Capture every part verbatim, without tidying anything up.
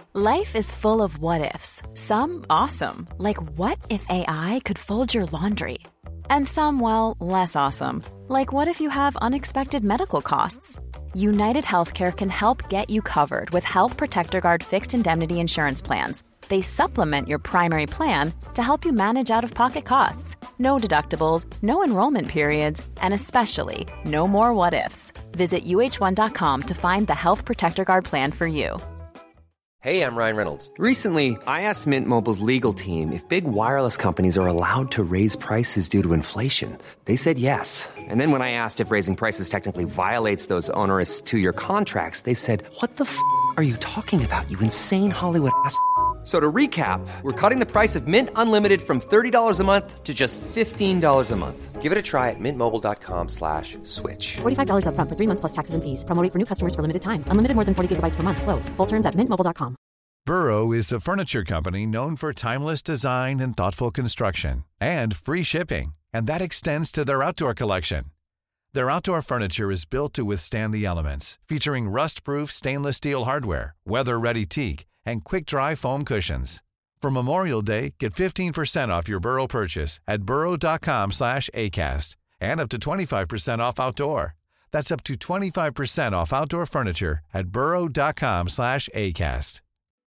Life is full of what-ifs. Some awesome, like what if A I could fold your laundry? And some, well, less awesome, like what if you have unexpected medical costs? United Healthcare can help get you covered with Health Protector Guard fixed indemnity insurance plans. They supplement your primary plan to help you manage out-of-pocket costs. No deductibles, no enrollment periods, and especially no more what-ifs. Visit U H one dot com to find the Health Protector Guard plan for you. Hey, I'm Ryan Reynolds. Recently, I asked Mint Mobile's legal team if big wireless companies are allowed to raise prices due to inflation. They said yes. And then when I asked if raising prices technically violates those onerous two-year contracts, they said, what the f*** are you talking about, you insane Hollywood ass f- So to recap, we're cutting the price of Mint Unlimited from thirty dollars a month to just fifteen dollars a month. Give it a try at mintmobile.com slash switch. forty-five dollars up front for three months plus taxes and fees. Promo rate for new customers for limited time. Unlimited more than forty gigabytes per month. Slows full terms at mint mobile dot com. Burrow is a furniture company known for timeless design and thoughtful construction and free shipping. And that extends to their outdoor collection. Their outdoor furniture is built to withstand the elements, featuring rust-proof stainless steel hardware, weather-ready teak, and quick-dry foam cushions. For Memorial Day, get fifteen percent off your Burrow purchase at burrow.com slash ACAST and up to twenty-five percent off outdoor. That's up to twenty-five percent off outdoor furniture at burrow.com slash ACAST.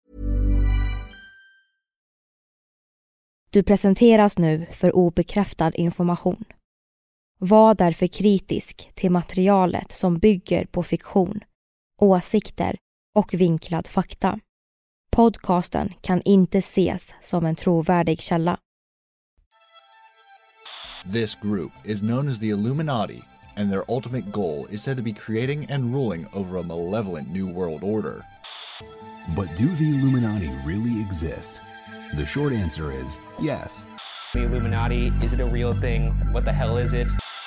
Du presenteras nu för obekräftad information. Var därför kritisk till materialet som bygger på fiktion, åsikter och vinklad fakta. Podcasten kan inte ses som en trovärdig källa. This group is known as the Illuminati, and their ultimate goal is said to be creating and ruling over a malevolent new world order. But do the Illuminati really exist? The short answer is yes. The Illuminati, is it a real thing? What the hell is it?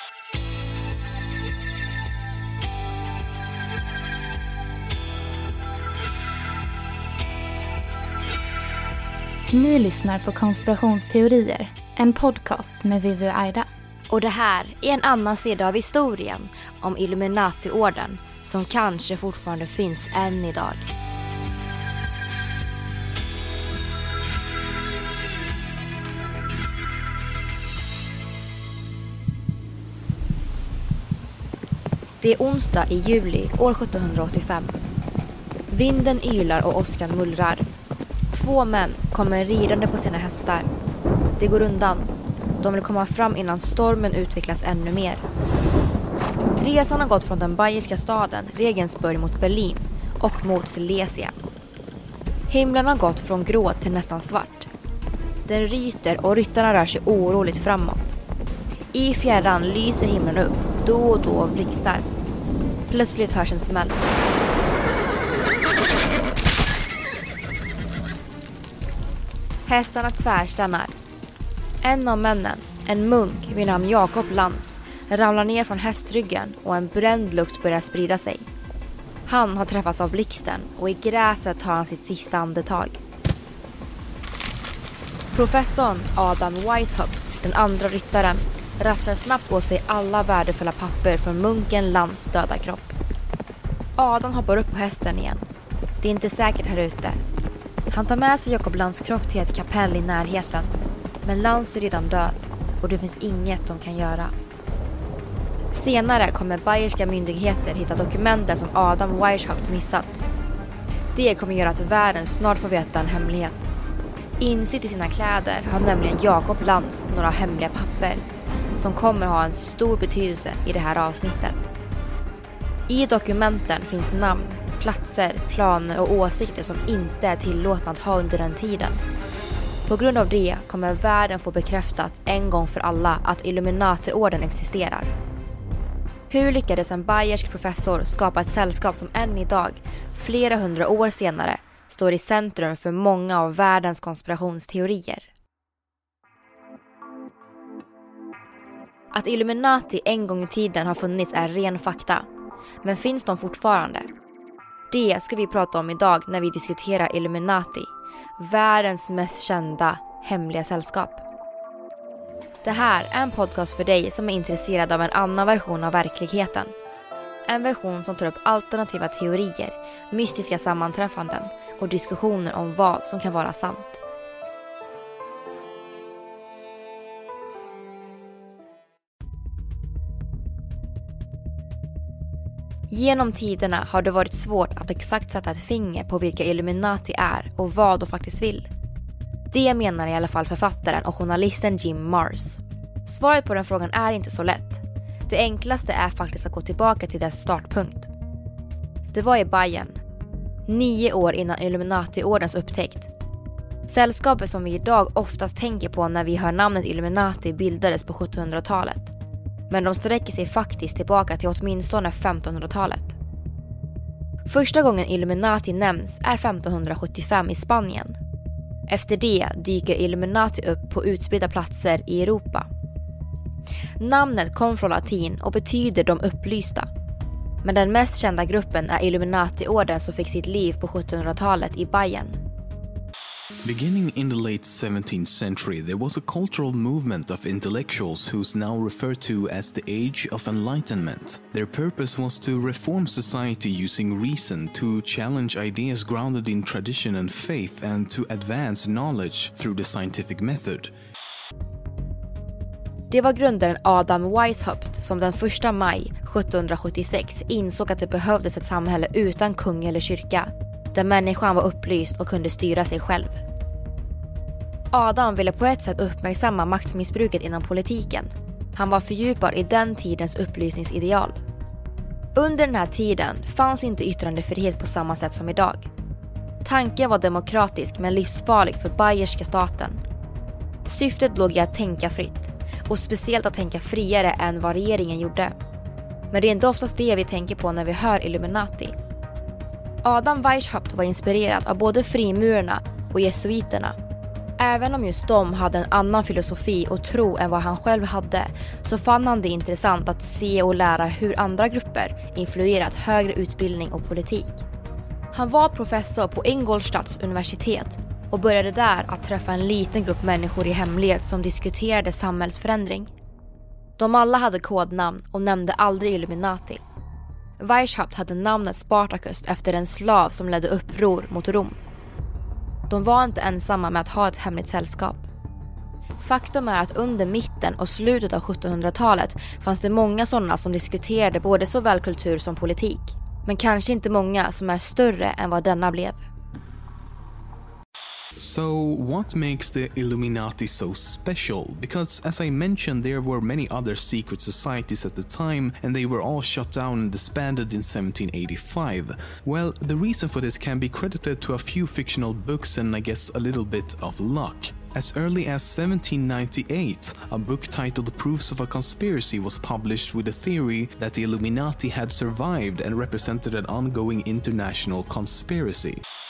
Ni lyssnar på Konspirationsteorier, en podcast med Vivi och Aida. Och det här är en annan sida av historien om Illuminati-orden som kanske fortfarande finns än idag. Det är onsdag i juli år sjuttonhundraåttiofem. Vinden ylar och åskan mullrar. Två män kommer ridande på sina hästar. Det går undan. De vill komma fram innan stormen utvecklas ännu mer. Resan har gått från den bayerska staden Regensburg mot Berlin och mot Silesia. Himlen har gått från grå till nästan svart. Den ryter och ryttarna rör sig oroligt framåt. I fjärran lyser himlen upp, då och då blixtar. Plötsligt hörs en smäll. Hästarna tvärstannar. En av männen, en munk vid namn Jakob Lantz, ramlar ner från hästryggen och en bränd lukt börjar sprida sig. Han har träffats av blixten och i gräset tar han sitt sista andetag. Professorn Adam Weishaupt, den andra ryttaren, rafsar snabbt åt sig alla värdefulla papper från munken Lantz döda kropp. Adam hoppar upp på hästen igen. Det är inte säkert här ute. Han tar med sig Jakob Lantz kropp till ett kapell i närheten. Men Lantz är redan död och det finns inget de kan göra. Senare kommer bayerska myndigheter hitta dokumenten som Adam Weishaupt missat. Det kommer göra att världen snart får veta en hemlighet. Insytt i sina kläder har nämligen Jakob Lantz några hemliga papper som kommer ha en stor betydelse i det här avsnittet. I dokumenten finns namn, platser, planer och åsikter som inte är tillåtna att ha under den tiden. På grund av det kommer världen få bekräftat en gång för alla att Illuminati-orden existerar. Hur lyckades en bayersk professor skapa ett sällskap som än idag, flera hundra år senare, står i centrum för många av världens konspirationsteorier? Att Illuminati en gång i tiden har funnits är ren fakta. Men finns de fortfarande? Det ska vi prata om idag när vi diskuterar Illuminati, världens mest kända hemliga sällskap. Det här är en podcast för dig som är intresserad av en annan version av verkligheten. En version som tar upp alternativa teorier, mystiska sammanträffanden och diskussioner om vad som kan vara sant. Genom tiderna har det varit svårt att exakt sätta ett finger på vilka Illuminati är och vad de faktiskt vill. Det menar i alla fall författaren och journalisten Jim Marrs. Svaret på den frågan är inte så lätt. Det enklaste är faktiskt att gå tillbaka till dess startpunkt. Det var i Bayern, nio år innan Illuminati-ordens upptäckt. Sällskapet som vi idag oftast tänker på när vi hör namnet Illuminati bildades på sjuttonhundratalet. Men de sträcker sig faktiskt tillbaka till åtminstone femtonhundratalet. Första gången Illuminati nämns är femtonhundrasjuttiofem i Spanien. Efter det dyker Illuminati upp på utspridda platser i Europa. Namnet kom från latin och betyder de upplysta. Men den mest kända gruppen är Illuminati-orden som fick sitt liv på sjuttonhundratalet i Bayern. Beginning in the late seventeenth century, there was a cultural movement of intellectuals who's now referred to as the Age of Enlightenment. Their purpose was to reform society using reason, to challenge ideas grounded in tradition and faith, and to advance knowledge through the scientific method. Det var grundaren Adam Weishaupt som den första maj sjuttonhundrasjuttiosex insåg att det behövdes ett samhälle utan kung eller kyrka, där människan var upplyst och kunde styra sig själv. Adam ville på ett sätt uppmärksamma maktmissbruket inom politiken. Han var fördjupad i den tidens upplysningsideal. Under den här tiden fanns inte yttrandefrihet på samma sätt som idag. Tanken var demokratisk men livsfarlig för bayerska staten. Syftet låg i att tänka fritt, och speciellt att tänka friare än vad regeringen gjorde. Men det är inte oftast det vi tänker på när vi hör Illuminati. Adam Weishaupt var inspirerad av både frimurarna och jesuiterna. Även om just de hade en annan filosofi och tro än vad han själv hade, så fann han det intressant att se och lära hur andra grupper influerat högre utbildning och politik. Han var professor på Ingolstadts universitet och började där att träffa en liten grupp människor i hemlighet som diskuterade samhällsförändring. De alla hade kodnamn och nämnde aldrig Illuminati. Weishaupt hade namnet Spartacus efter en slav som ledde uppror mot Rom. De var inte ensamma med att ha ett hemligt sällskap. Faktum är att under mitten och slutet av sjuttonhundratalet fanns det många sådana som diskuterade både såväl kultur som politik. Men kanske inte många som är större än vad denna blev. So, what makes the Illuminati so special? Because, as I mentioned, there were many other secret societies at the time, and they were all shut down and disbanded in seventeen eighty-five. Well, the reason for this can be credited to a few fictional books and I guess a little bit of luck. As early as seventeen ninety-eight, a book titled Proofs of a Conspiracy was published with the theory that the Illuminati had survived and represented an ongoing international conspiracy.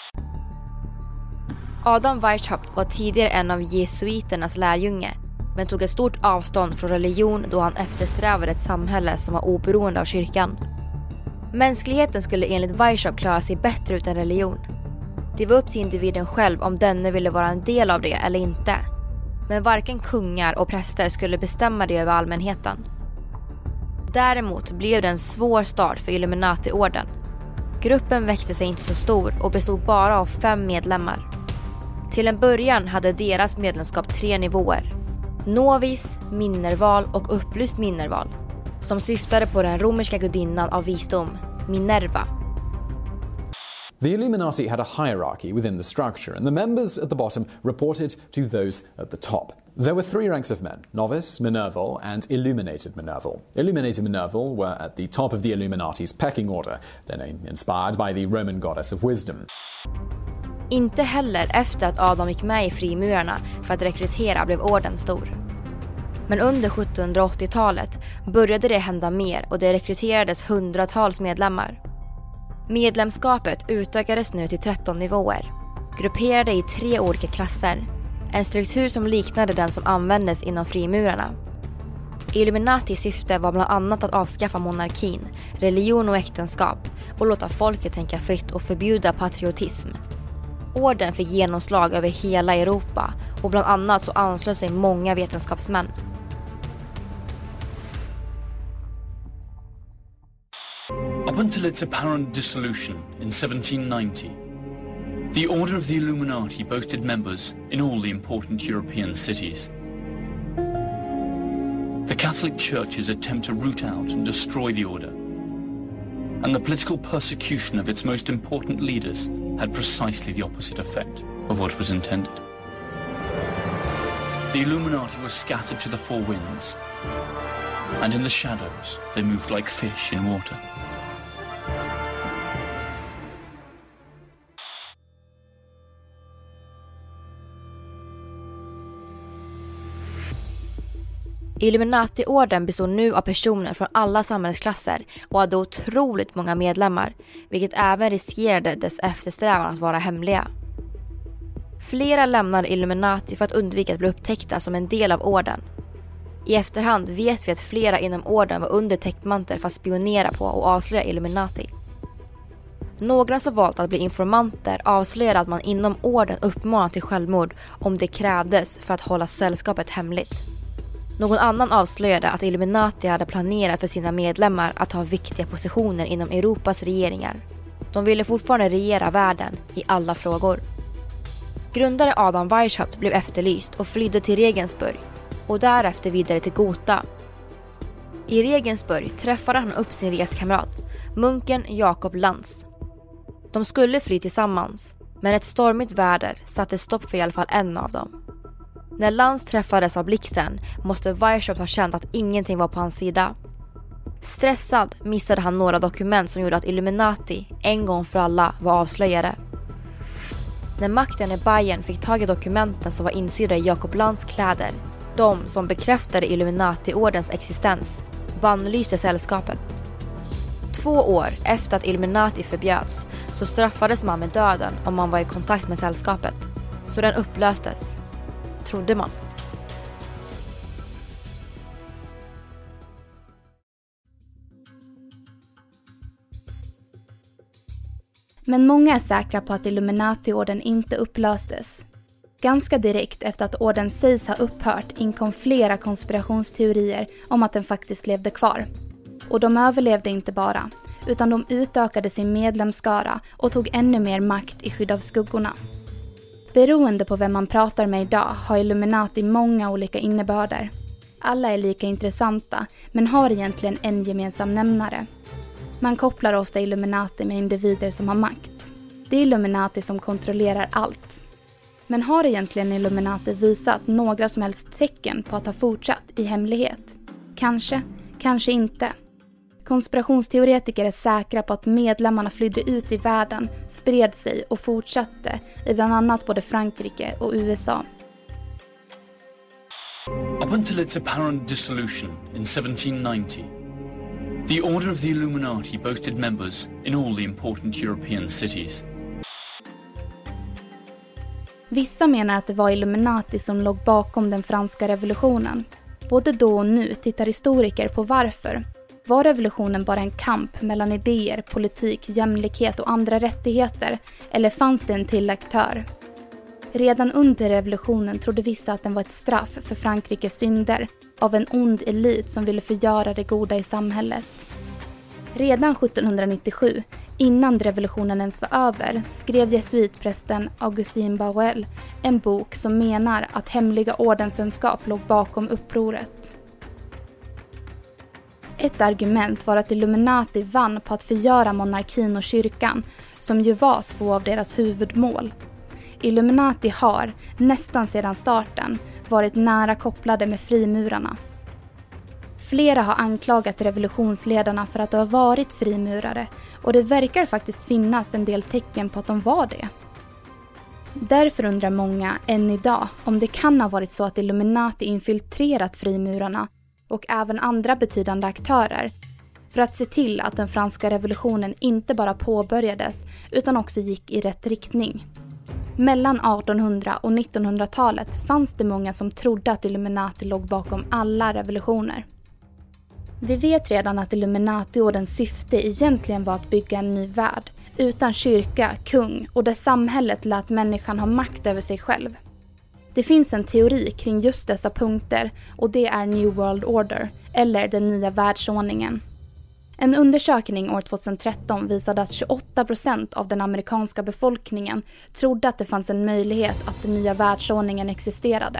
Adam Weishaupt var tidigare en av jesuiternas lärjunge, men tog ett stort avstånd från religion då han eftersträvade ett samhälle som var oberoende av kyrkan. Mänskligheten skulle enligt Weishaupt klara sig bättre utan religion. Det var upp till individen själv om denne ville vara en del av det eller inte. Men varken kungar och präster skulle bestämma det över allmänheten. Däremot blev det en svår start för Illuminati-orden. Gruppen växte sig inte så stor och bestod bara av fem medlemmar. Till en början hade deras medlemskap tre nivåer. Novis, minnerval och upplyst minnerval, som syftade på den romerska gudinnan av visdom, Minerva. The Illuminati had a hierarchy within the structure, and the members at the bottom reported to those at the top. There were three ranks of men: novice, minerval, and illuminated minerval. Illuminated minerval were at the top of the Illuminati's pecking order, their name inspired by the Roman goddess of wisdom. Inte heller efter att Adam gick med i frimurarna för att rekrytera blev orden stor. Men under sjuttonhundraåttiotalet började det hända mer och det rekryterades hundratals medlemmar. Medlemskapet utökades nu till tretton nivåer, grupperade i tre olika klasser, en struktur som liknade den som användes inom frimurarna. Illuminatis syfte var bland annat att avskaffa monarkin, religion och äktenskap och låta folket tänka fritt och förbjuda patriotism. Orden fick genomslag över hela Europa och bland annat så anslöt sig många vetenskapsmän. Up until its apparent dissolution in seventeen ninety, The Order of the Illuminati boasted members in all the important European cities. The Catholic Church's attempt to root out and destroy the order, and the political persecution of its most important leaders had precisely the opposite effect of what was intended. The Illuminati were scattered to the four winds, and in the shadows they moved like fish in water. Illuminati-orden bestod nu av personer från alla samhällsklasser och hade otroligt många medlemmar, vilket även riskerade dess eftersträvan att vara hemliga. Flera lämnade Illuminati för att undvika att bli upptäckta som en del av orden. I efterhand vet vi att flera inom orden var under täckmantel för att spionera på och avslöja Illuminati. Några som valt att bli informanter avslöjade att man inom orden uppmanade till självmord om det krävdes för att hålla sällskapet hemligt. Någon annan avslöjade att Illuminati hade planerat för sina medlemmar att ha viktiga positioner inom Europas regeringar. De ville fortfarande regera världen i alla frågor. Grundare Adam Weishaupt blev efterlyst och flydde till Regensburg och därefter vidare till Gotha. I Regensburg träffade han upp sin reskamrat, munken Jakob Lanz. De skulle fly tillsammans, men ett stormigt väder satte stopp för i alla fall en av dem. När Lanz träffades av blixten måste Weishaupt ha känt att ingenting var på hans sida. Stressad missade han några dokument som gjorde att Illuminati en gång för alla var avslöjade. När makten i Bayern fick tag i dokumenten som var insydda i Jakob Lanz kläder, de som bekräftade Illuminati-ordens existens, bannlyste sällskapet. Två år efter att Illuminati förbjöds så straffades man med döden om man var i kontakt med sällskapet, så den upplöstes. Trodde man. Men många är säkra på att Illuminati-orden inte upplöstes. Ganska direkt efter att orden sägs ha upphört inkom flera konspirationsteorier om att den faktiskt levde kvar. Och de överlevde inte bara, utan de utökade sin medlemskara och tog ännu mer makt i skydd av skuggorna. Beroende på vem man pratar med idag har Illuminati många olika innebörder. Alla är lika intressanta, men har egentligen en gemensam nämnare. Man kopplar ofta Illuminati med individer som har makt. Det är Illuminati som kontrollerar allt. Men har egentligen Illuminati visat några som helst tecken på att ha fortsatt i hemlighet? Kanske, kanske inte. Konspirationsteoretiker är säkra på att medlemmarna flydde ut i världen, spred sig och fortsatte i bland annat både Frankrike och U S A. Up until its apparent dissolution in seventeen ninety, the Order of the Illuminati boasted members in all the important European cities. Vissa menar att det var Illuminati som låg bakom den franska revolutionen. Både då och nu tittar historiker på varför. Var revolutionen bara en kamp mellan idéer, politik, jämlikhet och andra rättigheter? Eller fanns det en till aktör? Redan under revolutionen trodde vissa att den var ett straff för Frankrikes synder av en ond elit som ville förgöra det goda i samhället. Redan sjuttonhundranittiosju, innan revolutionen ens var över, skrev jesuitprästen Augustin Barruel en bok som menar att hemliga ordenssällskap låg bakom upproret. Ett argument var att Illuminati vann på att förgöra monarkin och kyrkan, som ju var två av deras huvudmål. Illuminati har, nästan sedan starten, varit nära kopplade med frimurarna. Flera har anklagat revolutionsledarna för att ha varit frimurare, och det verkar faktiskt finnas en del tecken på att de var det. Därför undrar många än idag om det kan ha varit så att Illuminati infiltrerat frimurarna och även andra betydande aktörer för att se till att den franska revolutionen inte bara påbörjades utan också gick i rätt riktning. Mellan artonhundra- och nittonhundratalet fanns det många som trodde att Illuminati låg bakom alla revolutioner. Vi vet redan att Illuminati-ordens syfte egentligen var att bygga en ny värld utan kyrka, kung och där samhället lät människan ha makt över sig själv. Det finns en teori kring just dessa punkter och det är New World Order, eller den nya världsordningen. En undersökning år tjugohundratretton visade att tjugoåtta procent av den amerikanska befolkningen trodde att det fanns en möjlighet att den nya världsordningen existerade.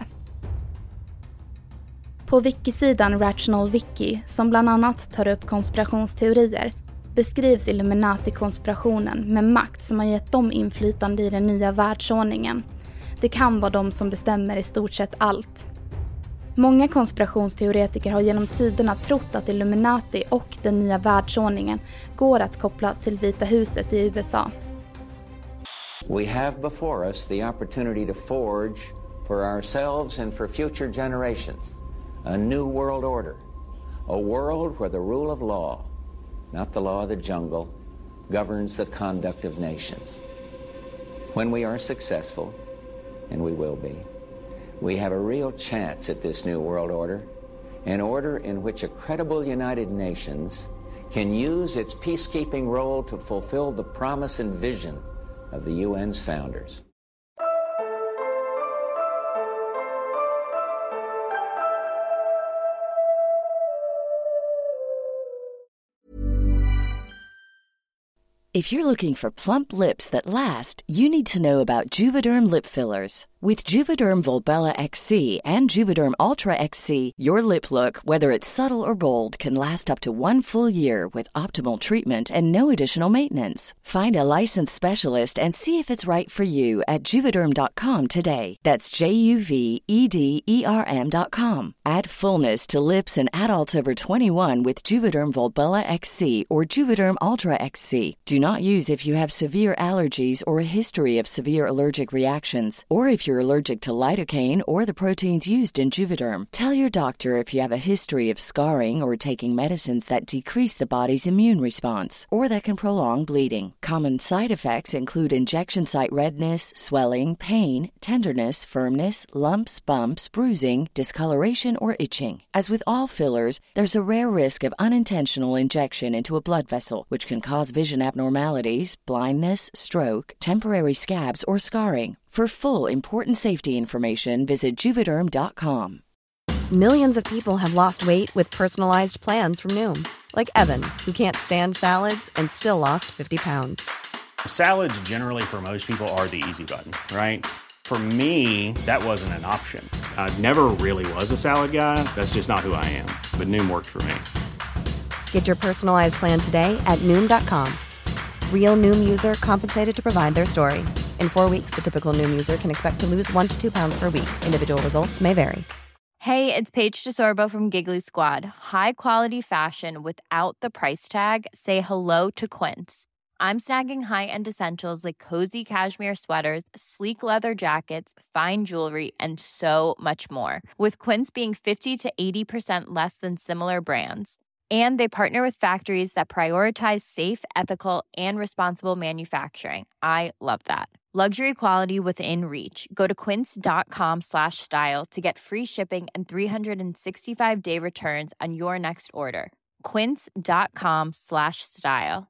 På wikisidan Rational Wiki, som bland annat tar upp konspirationsteorier, beskrivs Illuminati-konspirationen med makt som har gett dem inflytande i den nya världsordningen. Det kan vara de som bestämmer i stort sett allt. Många konspirationsteoretiker har genom tiderna trott att Illuminati och den nya världsordningen går att kopplas till Vita huset i U S A. We have before us the opportunity to forge for ourselves and for future generations a new world order, a world where the rule of law, not the law of the jungle, governs the conduct of nations. When we are successful, and we will be, we have a real chance at this new world order, an order in which a credible United Nations can use its peacekeeping role to fulfill the promise and vision of the U N's founders. If you're looking for plump lips that last, you need to know about Juvederm lip fillers. With Juvederm Volbella X C and Juvederm Ultra X C, your lip look, whether it's subtle or bold, can last up to one full year with optimal treatment and no additional maintenance. Find a licensed specialist and see if it's right for you at juvederm dot com today. That's J U V E D E R M dot com. Add fullness to lips in adults over twenty-one with Juvederm Volbella X C or Juvederm Ultra X C. Do not use if you have severe allergies or a history of severe allergic reactions, or if you're allergic to lidocaine or the proteins used in Juvederm. Tell your doctor if you have a history of scarring or taking medicines that decrease the body's immune response or that can prolong bleeding. Common side effects include injection site redness, swelling, pain, tenderness, firmness, lumps, bumps, bruising, discoloration, or itching. As with all fillers, there's a rare risk of unintentional injection into a blood vessel, which can cause vision abnormalities, blindness, stroke, temporary scabs, or scarring. For full, important safety information, visit Juvederm dot com. Millions of people have lost weight with personalized plans from Noom. Like Evan, who can't stand salads and still lost fifty pounds. Salads generally for most people are the easy button, right? For me, that wasn't an option. I never really was a salad guy. That's just not who I am. But Noom worked for me. Get your personalized plan today at Noom dot com. Real Noom user compensated to provide their story. In four weeks, the typical Noom user can expect to lose one to two pounds per week. Individual results may vary. Hey, it's Paige DeSorbo from Giggly Squad. High quality fashion without the price tag. Say hello to Quince. I'm snagging high-end essentials like cozy cashmere sweaters, sleek leather jackets, fine jewelry, and so much more. With Quince being fifty to eighty percent less than similar brands. And they partner with factories that prioritize safe, ethical, and responsible manufacturing. I love that. Luxury quality within reach. Go to quince dot com slash style to get free shipping and three sixty-five day returns on your next order. quince dot com slash style.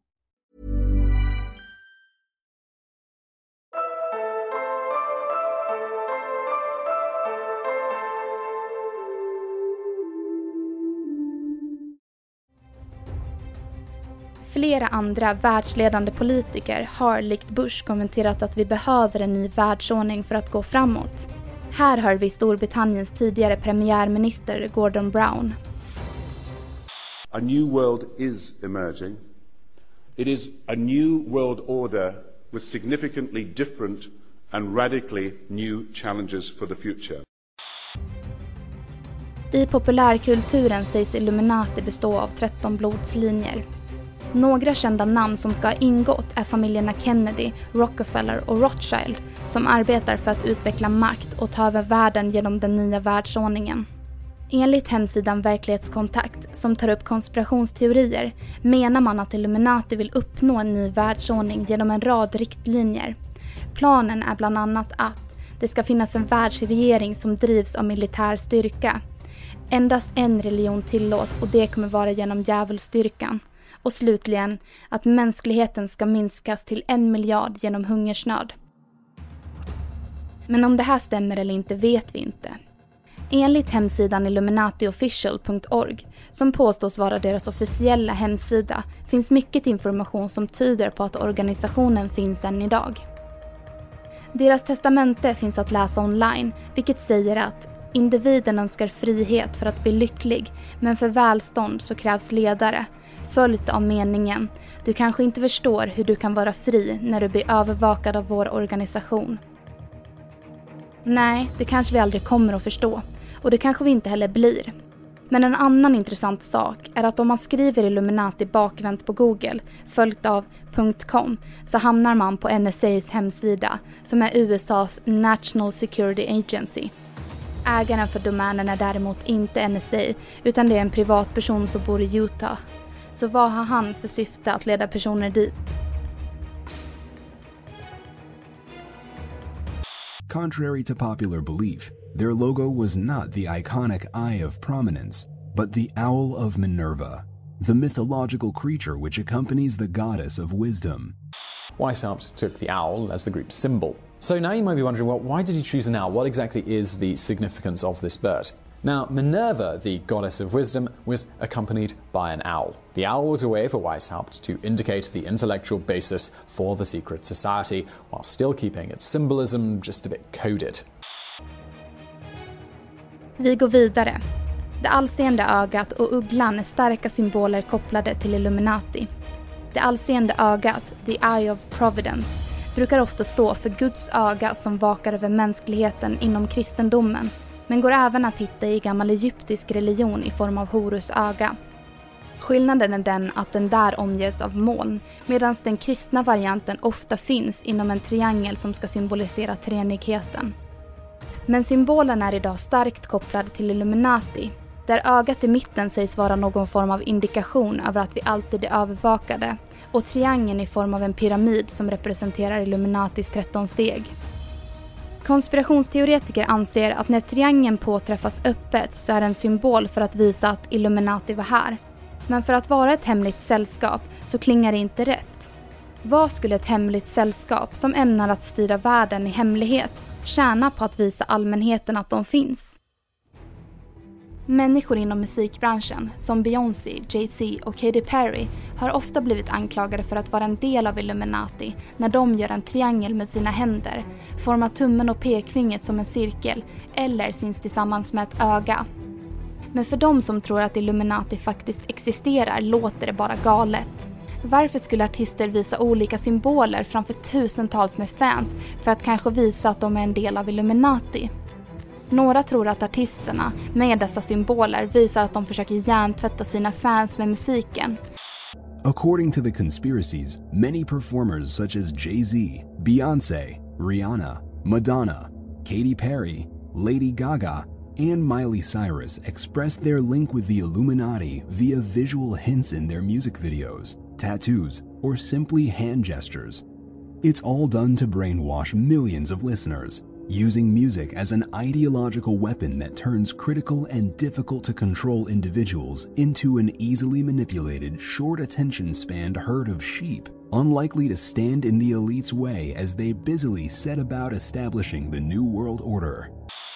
Flera andra världsledande politiker har likt Bush kommenterat att vi behöver en ny världsordning för att gå framåt. Här hör vi Storbritanniens tidigare premiärminister Gordon Brown. A new world is emerging. It is a new world order with significantly different and radically new challenges for the future. I populärkulturen sägs Illuminati bestå av tretton blodslinjer. Några kända namn som ska ha ingått är familjerna Kennedy, Rockefeller och Rothschild som arbetar för att utveckla makt och ta över världen genom den nya världsordningen. Enligt hemsidan Verklighetskontakt som tar upp konspirationsteorier menar man att Illuminati vill uppnå en ny världsordning genom en rad riktlinjer. Planen är bland annat att det ska finnas en världsregering som drivs av militär styrka. Endast en religion tillåts och det kommer vara genom djävulsstyrkan. Och slutligen att mänskligheten ska minskas till en miljard genom hungersnöd. Men om det här stämmer eller inte vet vi inte. Enligt hemsidan illuminati official punkt org, som påstås vara deras officiella hemsida, finns mycket information som tyder på att organisationen finns än idag. Deras testamente finns att läsa online, vilket säger att individen önskar frihet för att bli lycklig, men för välstånd så krävs ledare, följt av meningen: du kanske inte förstår hur du kan vara fri när du blir övervakad av vår organisation. Nej, det kanske vi aldrig kommer att förstå, och det kanske vi inte heller blir. Men en annan intressant sak är att om man skriver Illuminati bakvänt på Google, följt av .com, så hamnar man på N S A's hemsida, som är U S A's National Security Agency. Ägaren för domänen är däremot inte N S A, utan det är en privatperson som bor i Utah. Så vad har han för syfte att leda personer dit? Contrary to popular belief, their logo was not the iconic Eye of Prominence, but the Owl of Minerva, the mythological creature which accompanies the goddess of wisdom. Weishaupt took the owl as the group's symbol. So now you might be wondering, well, why did he choose an owl? What exactly is the significance of this bird? Now, Minerva, the goddess of wisdom, was accompanied by an owl. The owl was a way for Weishaupt to indicate the intellectual basis for the secret society, while still keeping its symbolism just a bit coded. Vi går vidare. Det allseende ögat och ugglan är starka symboler kopplade till Illuminati. Det allseende ögat, the Eye of Providence, brukar ofta stå för Guds öga som vakar över mänskligheten inom kristendomen, men går även att hitta i gammal egyptisk religion i form av Horus öga. Skillnaden är den att den där omges av moln, medan den kristna varianten ofta finns inom en triangel som ska symbolisera treenigheten. Men symbolen är idag starkt kopplad till Illuminati, där ögat i mitten sägs vara någon form av indikation över att vi alltid är övervakade, och triangeln i form av en pyramid som representerar Illuminatis tretton steg. Konspirationsteoretiker anser att när triangeln påträffas öppet så är det en symbol för att visa att Illuminati var här. Men för att vara ett hemligt sällskap så klingar det inte rätt. Vad skulle ett hemligt sällskap som ämnar att styra världen i hemlighet tjäna på att visa allmänheten att de finns? Människor inom musikbranschen som Beyoncé, Jay-Z och Katy Perry har ofta blivit anklagade för att vara en del av Illuminati när de gör en triangel med sina händer, formar tummen och pekfingret som en cirkel eller syns tillsammans med ett öga. Men för de som tror att Illuminati faktiskt existerar låter det bara galet. Varför skulle artister visa olika symboler framför tusentals med fans för att kanske visa att de är en del av Illuminati? Några tror att artisterna med dessa symboler visar att de försöker hjärntvätta sina fans med musiken. According to the conspiracies, many performers such as Jay-Z, Beyoncé, Rihanna, Madonna, Katy Perry, Lady Gaga, and Miley Cyrus expressed their link with the Illuminati via visual hints in their music videos, tattoos, or simply hand gestures. It's all done to brainwash millions of listeners, using music as an ideological weapon that turns critical and difficult to control individuals into an easily manipulated, short attention span herd of sheep, unlikely to stand in the elite's way as they busily set about establishing the New World Order.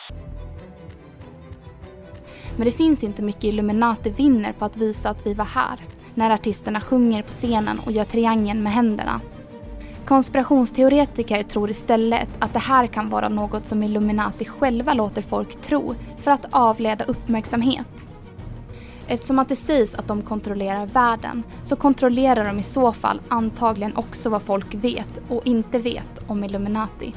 Men det finns inte mycket Illuminati vinner på att visa att vi var här, när artisterna sjunger på scenen och gör triangeln med händerna. Konspirationsteoretiker tror istället att det här kan vara något som Illuminati själva låter folk tro för att avleda uppmärksamhet. Eftersom att det sägs att de kontrollerar världen så kontrollerar de i så fall antagligen också vad folk vet och inte vet om Illuminati.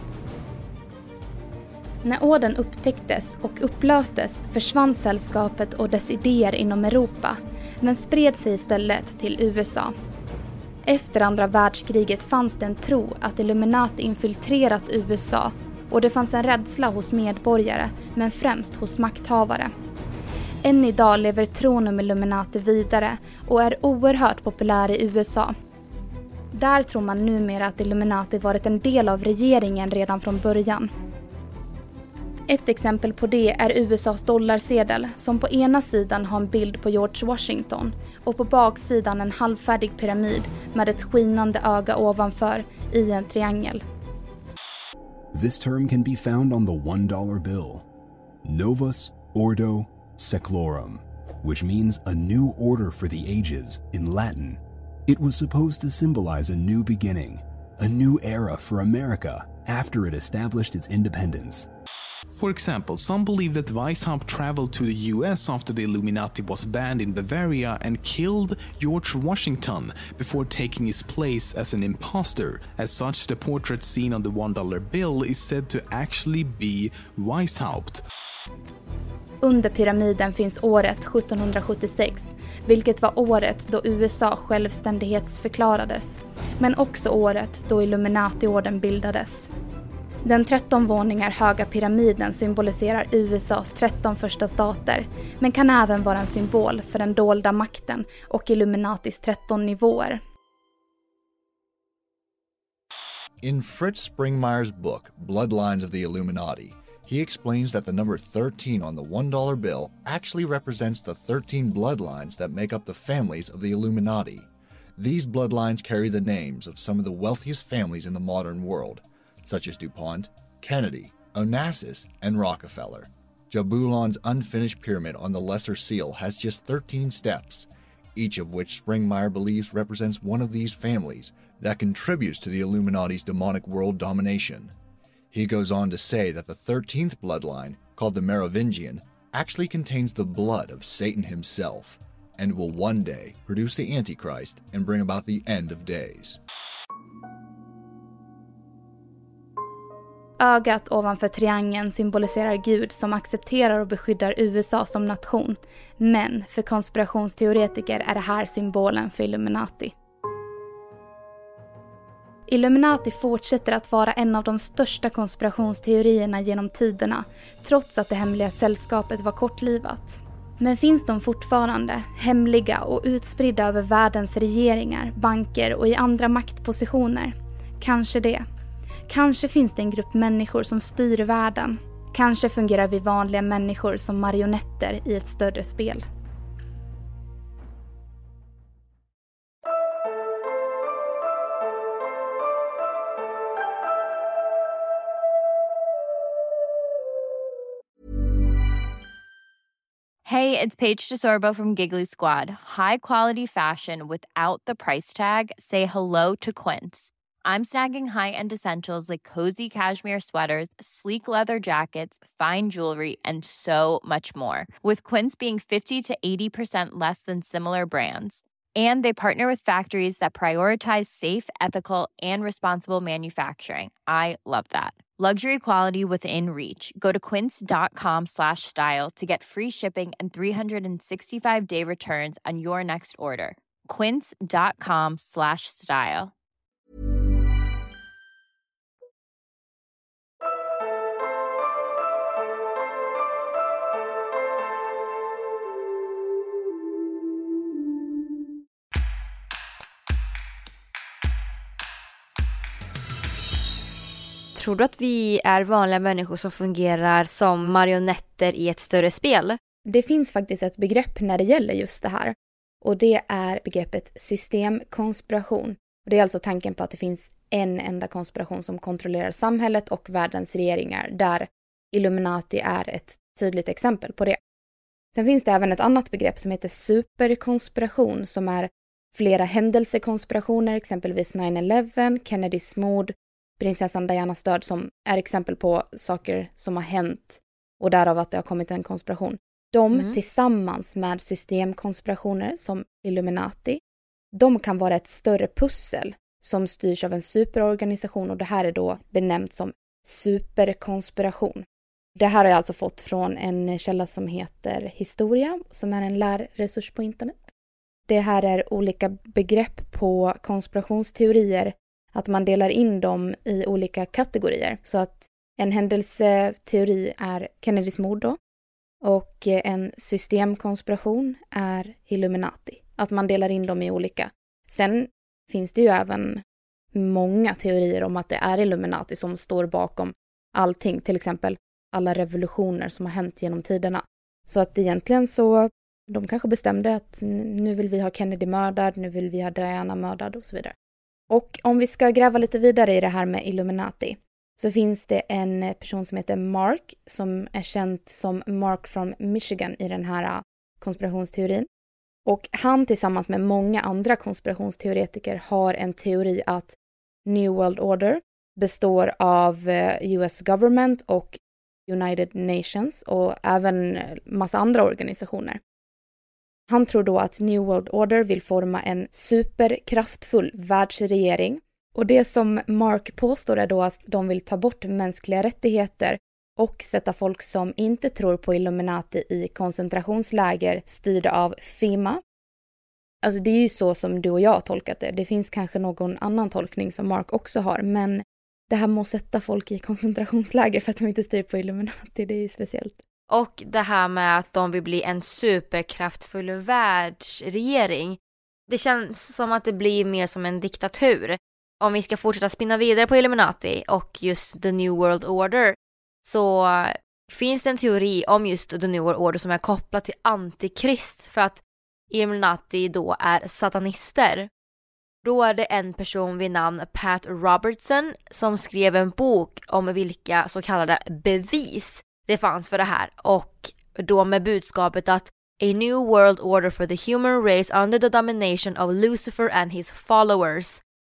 När orden upptäcktes och upplöstes försvann sällskapet och dess idéer inom Europa, men spred sig istället till U S A. Efter andra världskriget fanns det en tro att Illuminati infiltrerat U S A och det fanns en rädsla hos medborgare, men främst hos makthavare. Än idag lever tron om Illuminati vidare och är oerhört populär i U S A. Där tror man numera att Illuminati varit en del av regeringen redan från början. Ett exempel på det är U S A:s dollarsedel som på ena sidan har en bild på George Washington och på baksidan en halvfärdig pyramid med ett skinande öga ovanför i en triangel. This term can be found on the one dollar bill. Novus Ordo Seclorum, which means a new order for the ages in Latin. It was supposed to symbolize a new beginning, a new era for America after it established its independence. For example, some believe that Weishaupt traveled to the U S after the Illuminati was banned in Bavaria and killed George Washington before taking his place as an imposter. As such, the portrait seen on the one dollar bill is said to actually be Weishaupt. Under pyramiden finns året sjuttonhundrasjuttiosex, vilket var året då U S A självständighetsförklarades, men också året då Illuminati-orden bildades. Den tretton våningar höga pyramiden symboliserar U S A:s tretton första stater, men kan även vara en symbol för den dolda makten och Illuminatis tretton nivåer. In Fritz Springmeier's book, Bloodlines of the Illuminati, he explains that the number thirteen on the one dollar bill actually represents the thirteen bloodlines that make up the families of the Illuminati. These bloodlines carry the names of some of the wealthiest families in the modern world, such as DuPont, Kennedy, Onassis, and Rockefeller. Jabulon's unfinished pyramid on the Lesser Seal has just thirteen steps, each of which Springmeier believes represents one of these families that contributes to the Illuminati's demonic world domination. He goes on to say that the thirteenth bloodline, called the Merovingian, actually contains the blood of Satan himself, and will one day produce the Antichrist and bring about the end of days. Ögat ovanför triangeln symboliserar Gud som accepterar och beskyddar U S A som nation. Men för konspirationsteoretiker är det här symbolen för Illuminati. Illuminati fortsätter att vara en av de största konspirationsteorierna genom tiderna, trots att det hemliga sällskapet var kortlivat. Men finns de fortfarande hemliga och utspridda över världens regeringar, banker och i andra maktpositioner? Kanske det. Kanske finns det en grupp människor som styr världen. Kanske fungerar vi vanliga människor som marionetter i ett större spel. Hey, it's Paige DeSorbo from Giggly Squad. High quality fashion without the price tag. Say hello to Quince. I'm snagging high-end essentials like cozy cashmere sweaters, sleek leather jackets, fine jewelry, and so much more. With Quince being fifty to eighty percent less than similar brands. And they partner with factories that prioritize safe, ethical, and responsible manufacturing. I love that. Luxury quality within reach. Go to quince.com slash style to get free shipping and three sixty-five day returns on your next order. Quince.com slash style. Tror du att vi är vanliga människor som fungerar som marionetter i ett större spel? Det finns faktiskt ett begrepp när det gäller just det här. Och det är begreppet systemkonspiration. Det är alltså tanken på att det finns en enda konspiration som kontrollerar samhället och världens regeringar, där Illuminati är ett tydligt exempel på det. Sen finns det även ett annat begrepp som heter superkonspiration, som är flera händelsekonspirationer, exempelvis nine eleven, Kennedys mord, prinsessan Dianas död, som är exempel på saker som har hänt och därav att det har kommit en konspiration. De mm. tillsammans med systemkonspirationer som Illuminati, de kan vara ett större pussel som styrs av en superorganisation, och det här är då benämnt som superkonspiration. Det här har jag alltså fått från en källa som heter Historia, som är en lärresurs på internet. Det här är olika begrepp på konspirationsteorier, att man delar in dem i olika kategorier. Så att en händelseteori är Kennedys mord då, och en systemkonspiration är Illuminati. Att man delar in dem i olika. Sen finns det ju även många teorier om att det är Illuminati som står bakom allting. Till exempel alla revolutioner som har hänt genom tiderna. Så att egentligen så, de kanske bestämde att nu vill vi ha Kennedy mördad, nu vill vi ha Diana mördad och så vidare. Och om vi ska gräva lite vidare i det här med Illuminati, så finns det en person som heter Mark som är känd som Mark från Michigan i den här konspirationsteorin. Och han tillsammans med många andra konspirationsteoretiker har en teori att New World Order består av U S government och United Nations och även massa andra organisationer. Han tror då att New World Order vill forma en superkraftfull världsregering. Och det som Mark påstår är då att de vill ta bort mänskliga rättigheter och sätta folk som inte tror på Illuminati i koncentrationsläger styrda av FEMA. Alltså det är ju så som du och jag har tolkat det. Det finns kanske någon annan tolkning som Mark också har, men det här med att sätta folk i koncentrationsläger för att de inte styr på Illuminati, det är ju speciellt. Och det här med att de vill bli en superkraftfull världsregering. Det känns som att det blir mer som en diktatur. Om vi ska fortsätta spinna vidare på Illuminati och just The New World Order, så finns det en teori om just The New World Order som är kopplad till antikrist, för att Illuminati då är satanister. Då är det en person vid namn Pat Robertson som skrev en bok om vilka så kallade bevis det fanns för det här, och då med budskapet att A new world order for the human race under the domination of Lucifer and his followers.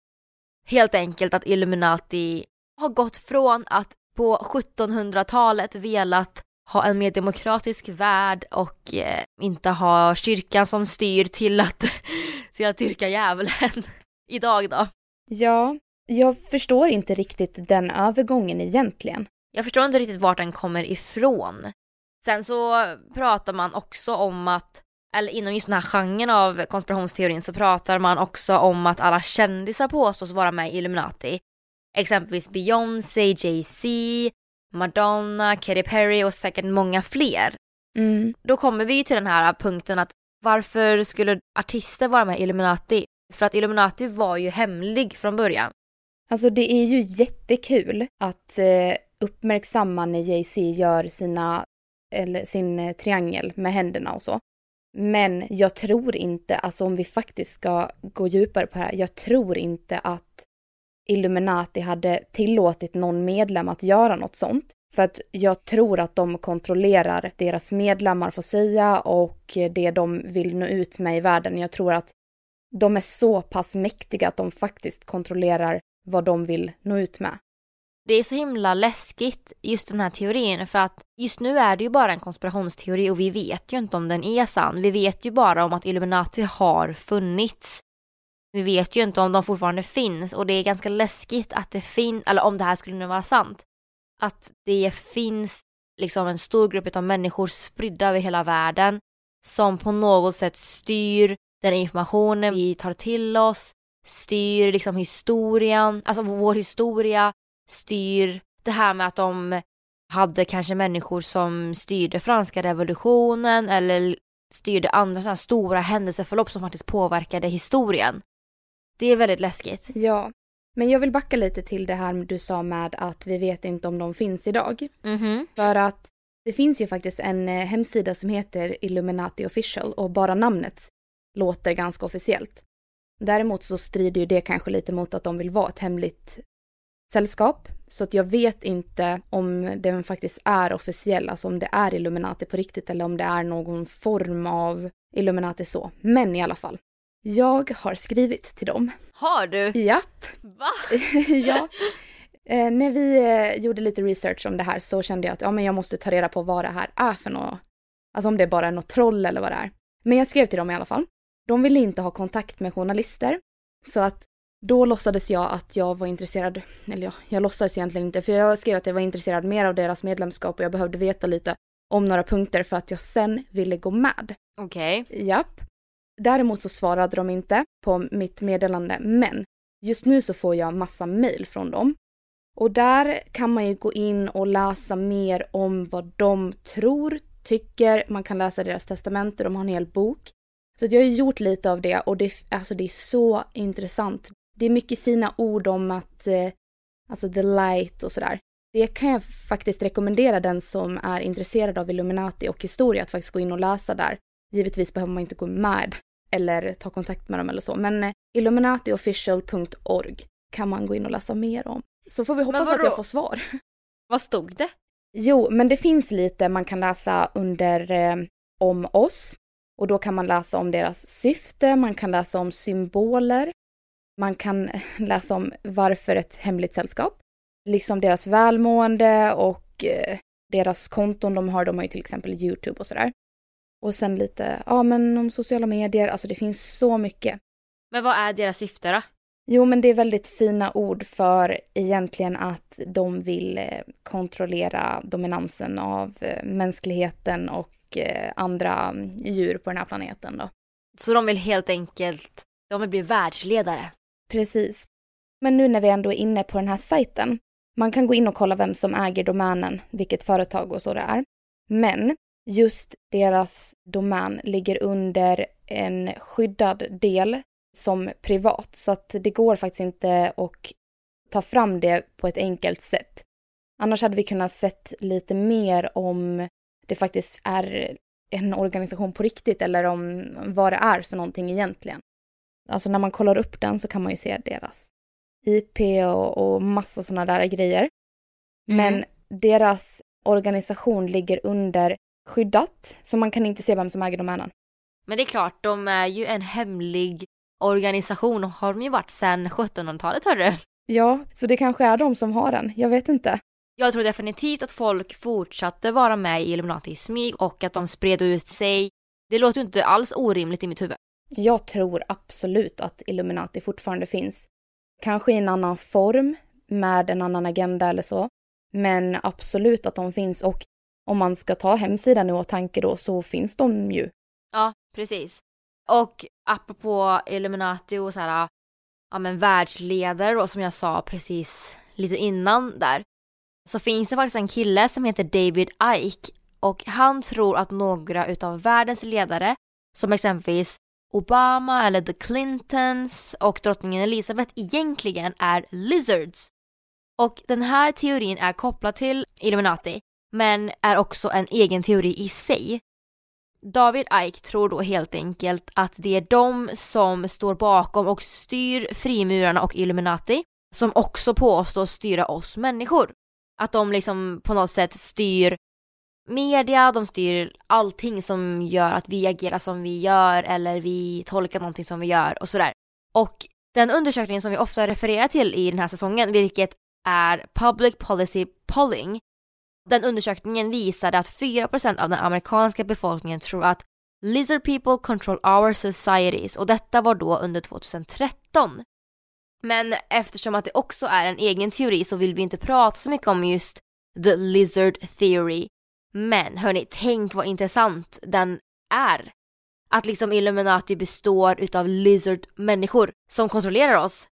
Helt enkelt att Illuminati har gått från att på sjuttonhundratalet velat ha en mer demokratisk värld och eh, inte ha kyrkan som styr till att, till att dyrka djävulen idag då. Ja, jag förstår inte riktigt den övergången egentligen. Jag förstår inte riktigt vart den kommer ifrån. Sen så pratar man också om att, eller inom just den här genren av konspirationsteorin så pratar man också om att alla kändisar påstås vara med i Illuminati. Exempelvis Beyoncé, Jay-Z, Madonna, Katy Perry och säkert många fler. Mm. Då kommer vi ju till den här punkten att varför skulle artister vara med i Illuminati? För att Illuminati var ju hemlig från början. Alltså det är ju jättekul att eh, uppmärksamma när Jay-Z gör sina, eller sin eh, triangel med händerna och så. Men jag tror inte, alltså om vi faktiskt ska gå djupare på det här, jag tror inte att Illuminati hade tillåtit någon medlem att göra något sånt. För att jag tror att de kontrollerar deras medlemmar får säga och det de vill nå ut med i världen. Jag tror att de är så pass mäktiga att de faktiskt kontrollerar vad de vill nå ut med. Det är så himla läskigt just den här teorin, för att just nu är det ju bara en konspirationsteori och vi vet ju inte om den är sann. Vi vet ju bara om att Illuminati har funnits. Vi vet ju inte om de fortfarande finns, och det är ganska läskigt att det finns, eller om det här skulle nu vara sant, att det finns liksom en stor grupp av människor spridda över hela världen som på något sätt styr den informationen vi tar till oss, styr liksom historien, alltså vår historia, styr det här med att de hade kanske människor som styrde franska revolutionen eller styrde andra sådana stora händelseförlopp som faktiskt påverkade historien. Det är väldigt läskigt. Ja, men jag vill backa lite till det här du sa med att vi vet inte om de finns idag. Mm-hmm. För att det finns ju faktiskt en hemsida som heter Illuminati Official och bara namnet låter ganska officiellt. Däremot så strider ju det kanske lite mot att de vill vara ett hemligt sällskap. Så att jag vet inte om den faktiskt är officiell, alltså om det är Illuminati på riktigt eller om det är någon form av Illuminati så. Men i alla fall, jag har skrivit till dem. Har du? Japp. Va? Ja. Eh, när vi eh, gjorde lite research om det här så kände jag att ja, men jag måste ta reda på vad det här är för något. Alltså om det är bara något troll eller vad det är. Men jag skrev till dem i alla fall. De ville inte ha kontakt med journalister. Så att då låtsades jag att jag var intresserad, eller ja, jag låtsades egentligen inte. För jag skrev att jag var intresserad mer av deras medlemskap och jag behövde veta lite om några punkter för att jag sen ville gå med. Okej. Okay. Japp. Däremot så svarade de inte på mitt meddelande, men just nu så får jag massa mejl från dem. Och där kan man ju gå in och läsa mer om vad de tror, tycker. Man kan läsa deras testamenter, de har en hel bok. Så jag har gjort lite av det och det, alltså det är så intressant. Det är mycket fina ord om att, eh, alltså the light och sådär. Det kan jag faktiskt rekommendera den som är intresserad av Illuminati och historia att faktiskt gå in och läsa där. Givetvis behöver man inte gå med eller ta kontakt med dem eller så. Men eh, illuminati official punkt org kan man gå in och läsa mer om. Så får vi hoppas att jag får svar. Vad stod det? Jo, men det finns lite man kan läsa under eh, om oss. Och då kan man läsa om deras syfte, man kan läsa om symboler. Man kan läsa om varför ett hemligt sällskap. Liksom deras välmående och eh, deras konton de har. De har ju till exempel YouTube och sådär. Och sen lite, ja men om sociala medier. Alltså det finns så mycket. Men vad är deras syfte då? Jo, men det är väldigt fina ord för egentligen att de vill eh, kontrollera dominansen av eh, mänskligheten och eh, andra djur på den här planeten då. Så de vill helt enkelt, de vill bli världsledare? Precis. Men nu när vi ändå är inne på den här sajten, man kan gå in och kolla vem som äger domänen, vilket företag och så det är. Men just deras domän ligger under en skyddad del som privat, så att det går faktiskt inte att ta fram det på ett enkelt sätt. Annars hade vi kunnat sett lite mer om det faktiskt är en organisation på riktigt eller om vad det är för någonting egentligen. Alltså när man kollar upp den så kan man ju se deras I P och, och massa sådana där grejer. Mm. Men deras organisation ligger under skyddat, så man kan inte se vem som äger domänen. Men det är klart, de är ju en hemlig organisation och har de ju varit sedan sjuttonhundratalet, hörru. Ja, så det kanske är de som har den. Jag vet inte. Jag tror definitivt att folk fortsatte vara med i Illuminati i smyg och att de spred ut sig. Det låter ju inte alls orimligt i mitt huvud. Jag tror absolut att Illuminati fortfarande finns. Kanske i en annan form, med en annan agenda eller så. Men absolut att de finns, och om man ska ta hemsidan i åtanke då så finns de ju. Ja, precis. Och apropå Illuminati och så här, ja men världsledare då, som jag sa precis lite innan där, så finns det faktiskt en kille som heter David Icke, och han tror att några utav världens ledare, som exempelvis Obama eller the Clintons och drottningen Elizabeth, egentligen är lizards. Och den här teorin är kopplad till Illuminati, men är också en egen teori i sig. David Icke tror då helt enkelt att det är de som står bakom och styr frimurarna och Illuminati, som också påstår styra oss människor. Att de liksom på något sätt styr media, de styr allting som gör att vi agerar som vi gör eller vi tolkar någonting som vi gör och sådär. Och den undersökningen som vi ofta refererar till i den här säsongen, vilket är Public Policy Polling, den undersökningen visade att fyra procent av den amerikanska befolkningen tror att lizard people control our societies, och detta var då under tjugohundratretton. Men eftersom att det också är en egen teori så vill vi inte prata så mycket om just the lizard theory. Men hörni, tänk vad intressant den är. Att liksom Illuminati består utav lizard-människor som kontrollerar oss.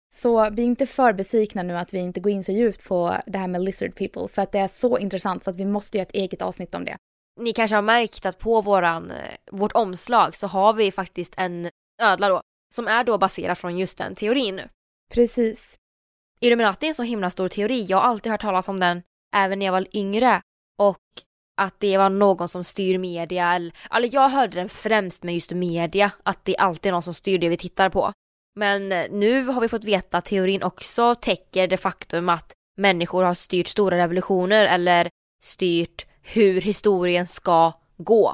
Så vi är inte för besvikna nu att vi inte går in så djupt på det här med lizard people, för att det är så intressant så att vi måste göra ett eget avsnitt om det. Ni kanske har märkt att på våran, vårt omslag så har vi faktiskt en ödla då, som är då baserad från just den teorin. Precis. Illuminati är en så himla stor teori. Jag har alltid hört talas om den även när jag var yngre. Och att det var någon som styr media. Eller, alltså jag hörde den främst med just media. Att det alltid är någon som styr det vi tittar på. Men nu har vi fått veta att teorin också täcker det faktum att människor har styrt stora revolutioner eller styrt hur historien ska gå.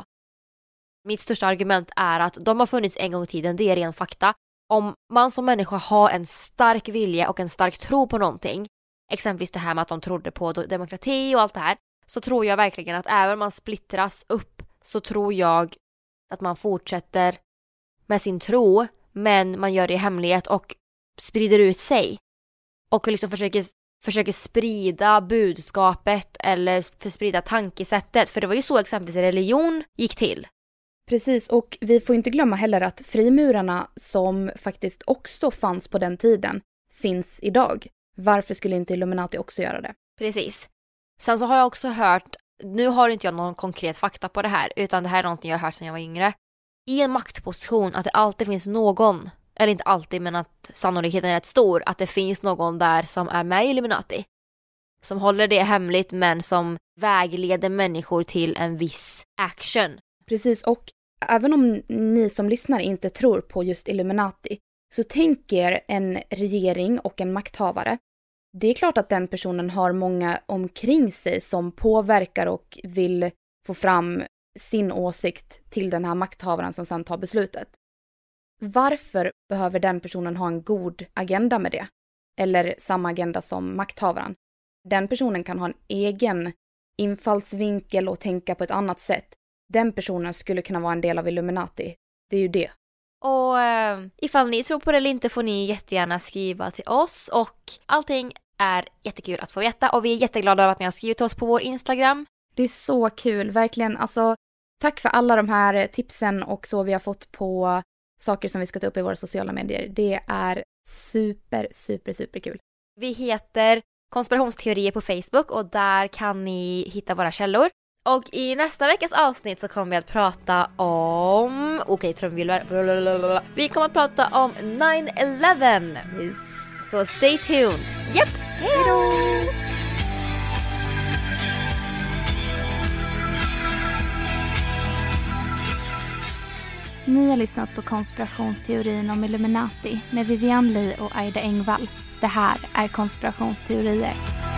Mitt största argument är att de har funnits en gång i tiden, det är ren fakta. Om man som människa har en stark vilja och en stark tro på någonting, exempelvis det här med att de trodde på demokrati och allt det här, så tror jag verkligen att även om man splittras upp så tror jag att man fortsätter med sin tro, men man gör det i hemlighet och sprider ut sig. Och liksom försöker, försöker sprida budskapet eller för sprida tankesättet. För det var ju så exempelvis religion gick till. Precis, och vi får inte glömma heller att frimurarna som faktiskt också fanns på den tiden finns idag. Varför skulle inte Illuminati också göra det? Precis. Sen så har jag också hört, nu har inte jag någon konkret fakta på det här, utan det här är någonting jag har hört sedan jag var yngre. I en maktposition att det alltid finns någon, eller inte alltid men att sannolikheten är rätt stor, att det finns någon där som är med i Illuminati. Som håller det hemligt men som vägleder människor till en viss action. Precis, och även om ni som lyssnar inte tror på just Illuminati, så tänker en regering och en makthavare. Det är klart att den personen har många omkring sig som påverkar och vill få fram sin åsikt till den här makthavaren som sedan tar beslutet. Varför behöver den personen ha en god agenda med det? Eller samma agenda som makthavaren? Den personen kan ha en egen infallsvinkel och tänka på ett annat sätt. Den personen skulle kunna vara en del av Illuminati. Det är ju det. Och eh, ifall ni tror på det eller inte får ni jättegärna skriva till oss. Och allting är jättekul att få veta. Och vi är jätteglada över att ni har skrivit till oss på vår Instagram. Det är så kul, verkligen. Alltså, tack för alla de här tipsen och så vi har fått på saker som vi ska ta upp i våra sociala medier. Det är super, super, super kul. Vi heter Konspirationsteorier på Facebook och där kan ni hitta våra källor. Och i nästa veckas avsnitt så kommer vi att prata om... Okej, okay, trumvirvel. Vi kommer att prata om nine eleven. Så stay tuned. Japp, hej då! Ni har lyssnat på konspirationsteorin om Illuminati med Vivian Lee och Aida Engvall. Det här är konspirationsteorier.